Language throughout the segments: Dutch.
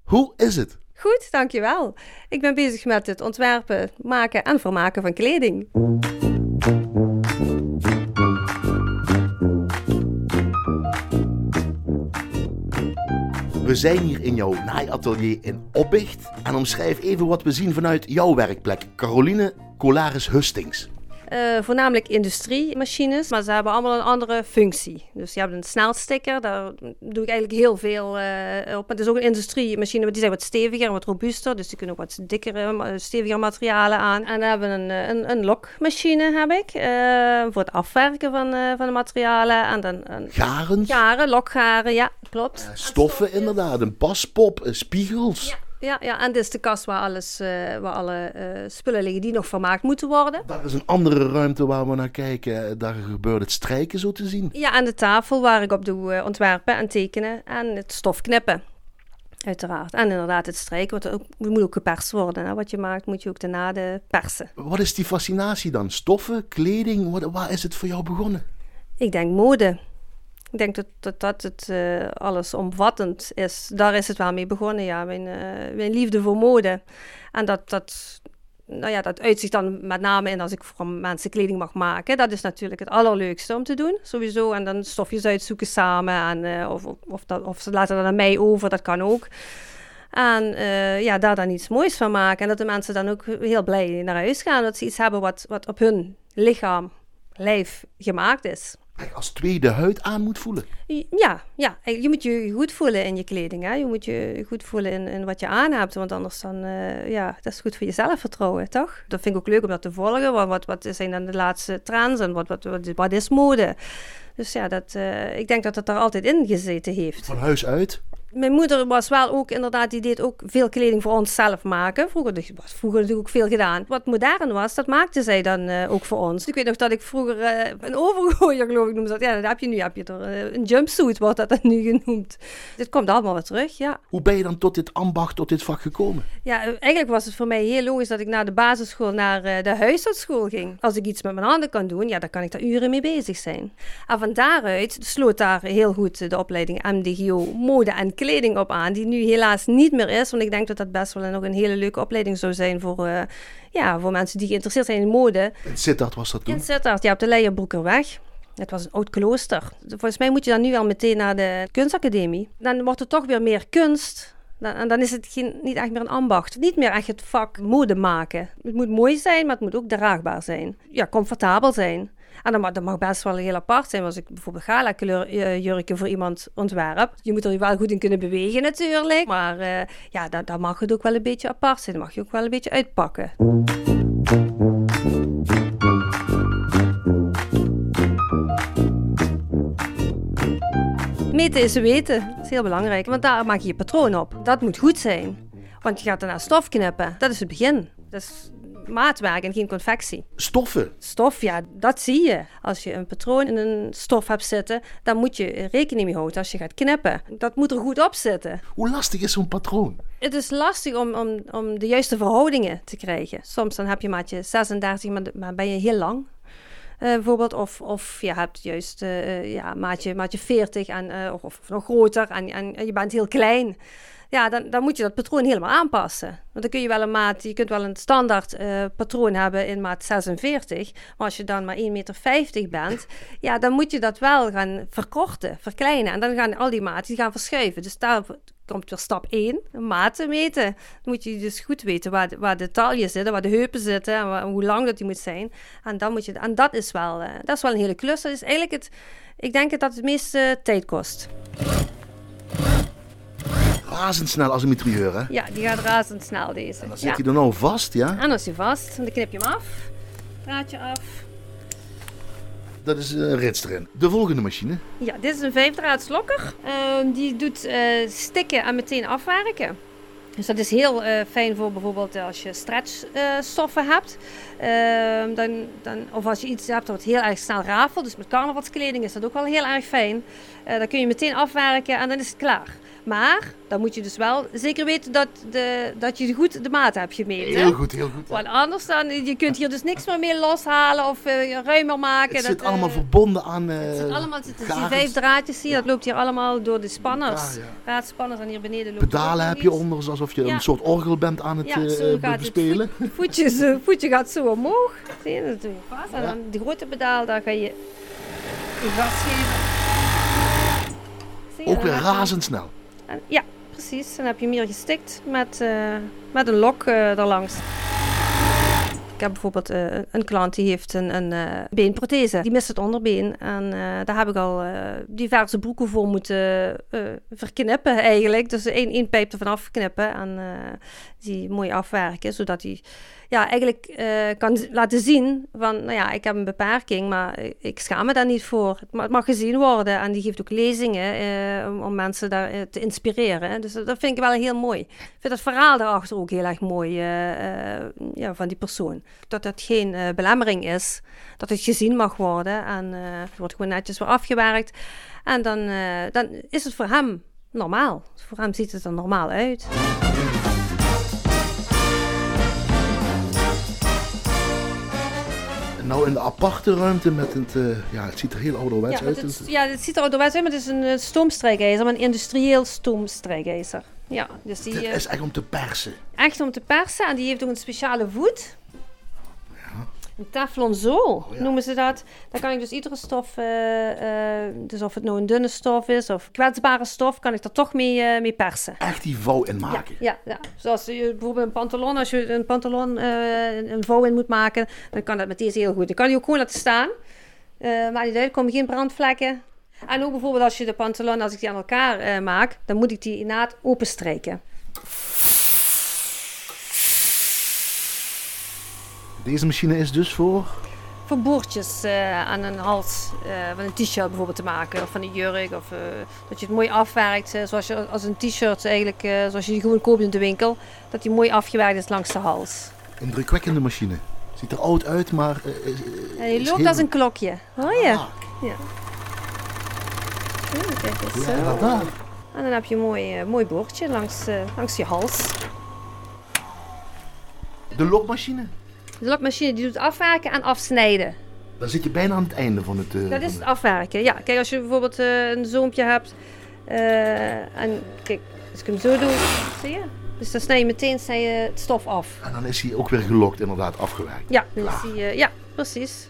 Hoe is het? Goed, dankjewel. Ik ben bezig met het ontwerpen, maken en vermaken van kleding. We zijn hier in jouw naaiatelier in Oppicht en omschrijf even wat we zien vanuit jouw werkplek, Caroline Colaris Hustings. Voornamelijk industriemachines, maar ze hebben allemaal een andere functie. Dus je hebt een snelsticker, daar doe ik eigenlijk heel veel op. Het is ook een industriemachine, maar die zijn wat steviger en wat robuuster. Dus die kunnen ook wat dikkere, steviger materialen aan. En dan hebben we een lokmachine, heb ik, voor het afwerken van de materialen. En dan Garen? Lokgaren, ja, klopt. Stoffen inderdaad, een paspop, spiegels. Ja. Ja, en dit is de kast waar alle spullen liggen die nog vermaakt moeten worden. Daar is een andere ruimte waar we naar kijken. Daar gebeurt het strijken zo te zien. Ja, en de tafel waar ik op doe ontwerpen en tekenen en het stof knippen. Uiteraard. En inderdaad het strijken, want het moet ook geperst worden. Hè? Wat je maakt moet je ook daarna persen. Wat is die fascinatie dan? Stoffen, kleding, waar is het voor jou begonnen? Ik denk mode. Ik denk dat het alles omvattend is. Daar is het wel mee begonnen, ja. Mijn liefde voor mode. En dat uitzicht dan met name in als ik voor mensen kleding mag maken. Dat is natuurlijk het allerleukste om te doen, sowieso. En dan stofjes uitzoeken samen. En, of ze laten dat aan mij over, dat kan ook. En daar dan iets moois van maken. En dat de mensen dan ook heel blij naar huis gaan. Dat ze iets hebben wat op hun lijf gemaakt is. Als tweede huid aan moet voelen. Ja, je moet je goed voelen in je kleding. Hè? Je moet je goed voelen in wat je aan hebt. Want anders dan, dat is goed voor je zelfvertrouwen, toch? Dat vind ik ook leuk om dat te volgen. Wat zijn dan de laatste trends en wat is mode? Dus ja, ik denk dat het daar altijd in gezeten heeft. Van huis uit? Mijn moeder was wel ook inderdaad, die deed ook veel kleding voor ons zelf maken. Vroeger natuurlijk ook veel gedaan. Wat modern was, dat maakte zij dan ook voor ons. Ik weet nog dat ik vroeger een overgooier, geloof ik, noemde dat. Ja, dat heb je er. Een jumpsuit wordt dat dan nu genoemd. Dit komt allemaal weer terug, ja. Hoe ben je dan tot dit ambacht, tot dit vak gekomen? Ja, eigenlijk was het voor mij heel logisch dat ik na de basisschool naar de huisartsschool ging. Als ik iets met mijn handen kan doen, ja, dan kan ik daar uren mee bezig zijn. En van daaruit sloot daar heel goed de opleiding MDGO mode en kleding op aan, die nu helaas niet meer is. Want ik denk dat dat best wel nog een hele leuke opleiding zou zijn voor mensen die geïnteresseerd zijn in mode. In Sittard was dat toen? In Sittard, ja, op de Leierbroekerweg. Het was een oud klooster. Volgens mij moet je dan nu al meteen naar de kunstacademie. Dan wordt het toch weer meer kunst. En dan is het niet echt meer een ambacht. Niet meer echt het vak mode maken. Het moet mooi zijn, maar het moet ook draagbaar zijn. Ja, comfortabel zijn. En dat mag best wel heel apart zijn. Als ik bijvoorbeeld gala-jurken voor iemand ontwerp. Je moet er wel goed in kunnen bewegen natuurlijk. Maar dan mag het ook wel een beetje apart zijn. Dan mag je ook wel een beetje uitpakken. Meten is weten. Dat is heel belangrijk. Want daar maak je je patroon op. Dat moet goed zijn. Want je gaat daarna stof knippen. Dat is het begin. Dat is maatwerk en geen confectie. Stoffen? Stof, ja, dat zie je. Als je een patroon in een stof hebt zitten, dan moet je rekening mee houden als je gaat knippen. Dat moet er goed op zitten. Hoe lastig is zo'n patroon? Het is lastig om de juiste verhoudingen te krijgen. Soms dan heb je maatje 36, maar ben je heel lang. Bijvoorbeeld, of je hebt juist maatje 40 of nog groter en je bent heel klein. Ja, dan moet je dat patroon helemaal aanpassen. Want dan kun je wel je kunt wel een standaard patroon hebben in maat 46. Maar als je dan maar 1,50 meter bent, ja, dan moet je dat wel gaan verkorten, verkleinen. En dan gaan al die maten gaan verschuiven. Dus daar komt weer stap 1, maten meten. Dan moet je dus goed weten waar de tailles zitten, waar de heupen zitten en hoe lang dat die moet zijn. En dat is wel een hele klus. Dat is eigenlijk ik denk dat het meeste tijd kost. Razendsnel als een mitrailleur, hè? Ja, die gaat razendsnel deze. En dan zit hij er nou vast, ja? En dan is hij vast. En dan knip je hem af. Draadje af. Dat is een rits erin. De volgende machine? Ja, dit is een 5-draads lokker. Die doet stikken en meteen afwerken. Dus dat is heel fijn voor bijvoorbeeld als je stretchstoffen hebt. Of als je iets hebt wat heel erg snel rafelt. Dus met carnavalskleding is dat ook wel heel erg fijn. Dan kun je meteen afwerken en dan is het klaar. Maar dan moet je dus wel zeker weten dat je goed de maat hebt gemeten. Heel goed, heel goed. Want anders je kunt hier dus niks meer mee loshalen of ruimer maken. Het zit allemaal verbonden aan het zit allemaal, die garens. 5 draadjes zie je, dat loopt hier allemaal door de spanners. Ja. Raadspanners en hier beneden loopt pedalen heb je onder, alsof je een soort orgel bent aan het bespelen. Het voetje gaat zo omhoog. Zie je, dat doe je vast. En dan die grote pedaal, daar ga je gas geven. Ook weer razendsnel. Ja, precies. Dan heb je meer gestikt met een lok erlangs. Ik heb bijvoorbeeld een klant die heeft een beenprothese. Die mist het onderbeen. En daar heb ik al diverse broeken voor moeten verknippen eigenlijk. Dus één pijp ervan afknippen en die mooi afwerken. Zodat hij eigenlijk kan laten zien van, nou ja, ik heb een beperking, maar ik schaam me daar niet voor. Het mag gezien worden en die geeft ook lezingen om mensen daar te inspireren. Dus dat vind ik wel heel mooi. Ik vind het verhaal daarachter ook heel erg mooi van die persoon. Dat het geen belemmering is, dat het gezien mag worden en het wordt gewoon netjes weer afgewerkt. En dan is het voor hem normaal. Voor hem ziet het er normaal uit. Nou, in de aparte ruimte met het ziet er heel ouderwets uit. Het ziet er ouderwets uit, maar het is een stoomstrijkijzer, maar een industrieel stoomstrijkijzer. Ja, dus dit is echt om te persen. Echt om te persen en die heeft ook een speciale voet. Een teflon zool noemen ze dat. Daar kan ik dus iedere stof, dus of het nou een dunne stof is of kwetsbare stof, kan ik er toch mee persen. Echt die vouw in maken? Ja. Zoals bijvoorbeeld een pantalon, als je een pantalon een vouw in moet maken, dan kan dat met deze heel goed. Dan kan je ook gewoon laten staan. Maar niet uit, er komen geen brandvlekken. En ook bijvoorbeeld als je de pantalon, als ik die aan elkaar maak, dan moet ik die naad openstrijken. Deze machine is dus voor boordjes aan een hals van een t-shirt bijvoorbeeld te maken. Of van een jurk. Of dat je het mooi afwerkt. Zoals je als een t-shirt eigenlijk, zoals je die gewoon koopt in de winkel. Dat die mooi afgewerkt is langs de hals. Een indrukwekkende machine. Ziet er oud uit, maar je loopt als een klokje. Hoor je? Ja. Kijk eens zo. Ja, en dan heb je een mooi bordje langs je hals. De lokmachine? De lokmachine die doet afwerken en afsnijden. Dan zit je bijna aan het einde van het... dat is het afwerken, ja. Kijk, als je bijvoorbeeld een zoompje hebt. En kijk, als ik hem zo doe, zie je? Dus dan snij je meteen het stof af. En dan is hij ook weer gelokt, inderdaad, afgewerkt. Ja, dan is hij, ja, precies.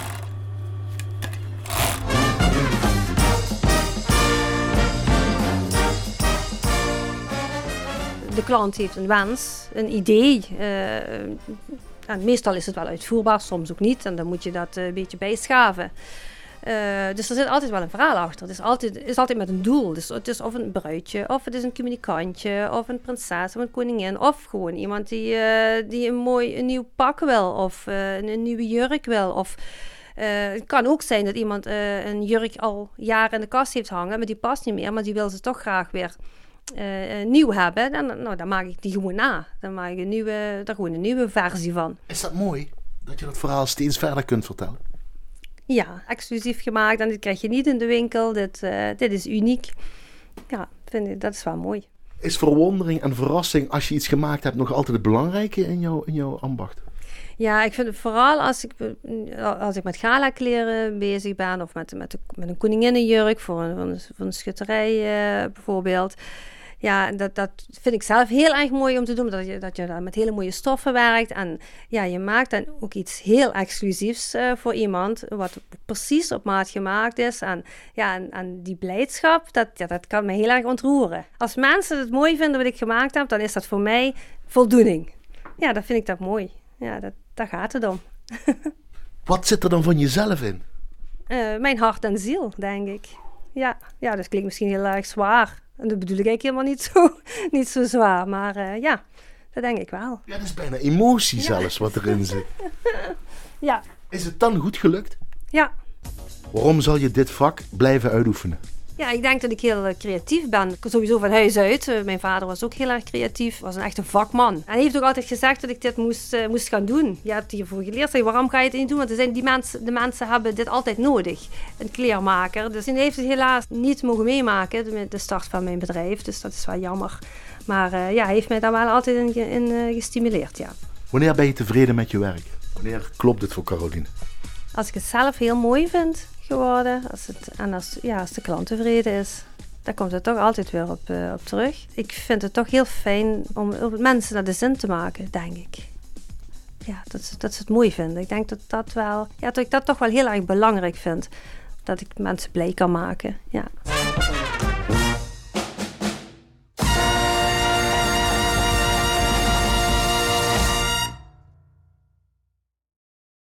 De klant heeft een wens, een idee. En meestal is het wel uitvoerbaar, soms ook niet. En dan moet je dat een beetje bijschaven. Dus er zit altijd wel een verhaal achter. Het is altijd met een doel. Dus het is of een bruidje, of het is een communicantje, of een prinses, of een koningin. Of gewoon iemand die een nieuw pak wil, of een nieuwe jurk wil. Of het kan ook zijn dat iemand een jurk al jaren in de kast heeft hangen, maar die past niet meer, maar die wil ze toch graag weer nieuw hebben. Dan maak ik die gewoon na. Dan maak ik daar gewoon een nieuwe versie van. Is dat mooi, dat je dat verhaal steeds verder kunt vertellen? Ja, exclusief gemaakt en dit krijg je niet in de winkel. Dit is uniek. Ja, dat is wel mooi. Is verwondering en verrassing als je iets gemaakt hebt nog altijd het belangrijke in jouw ambacht? Ja, ik vind het vooral als ik met gala-kleren bezig ben of met een koninginnenjurk voor een schutterij bijvoorbeeld. Ja, dat vind ik zelf heel erg mooi om te doen, dat je daar met hele mooie stoffen werkt. En ja, je maakt dan ook iets heel exclusiefs voor iemand, wat precies op maat gemaakt is. En die blijdschap, dat kan me heel erg ontroeren. Als mensen het mooi vinden wat ik gemaakt heb, dan is dat voor mij voldoening. Ja, dan vind ik dat mooi. Ja, daar gaat het om. Wat zit er dan van jezelf in? Mijn hart en ziel, denk ik. Ja, dat klinkt misschien heel erg zwaar. En dat bedoel ik eigenlijk helemaal niet zo zwaar. Maar ja, dat denk ik wel. Ja, dat is bijna emotie zelfs wat erin zit. Ja. Is het dan goed gelukt? Ja. Waarom zal je dit vak blijven uitoefenen? Ja, ik denk dat ik heel creatief ben. Ik kom sowieso van huis uit. Mijn vader was ook heel erg creatief. Was een echte vakman. En hij heeft ook altijd gezegd dat ik dit moest gaan doen. Je hebt hiervoor geleerd. Zeg, waarom ga je het niet doen? Want de mensen hebben dit altijd nodig. Een kleermaker. Dus hij heeft het helaas niet mogen meemaken. De start van mijn bedrijf. Dus dat is wel jammer. Maar hij heeft mij daar wel altijd in gestimuleerd, ja. Wanneer ben je tevreden met je werk? Wanneer klopt het voor Caroline? Als ik het zelf heel mooi vind geworden. Als de klant tevreden is. Daar komt het toch altijd weer op terug. Ik vind het toch heel fijn om mensen naar de zin te maken, denk ik. Ja, dat ze het mooi vinden. Ik denk dat ik dat toch wel heel erg belangrijk vind. Dat ik mensen blij kan maken, ja.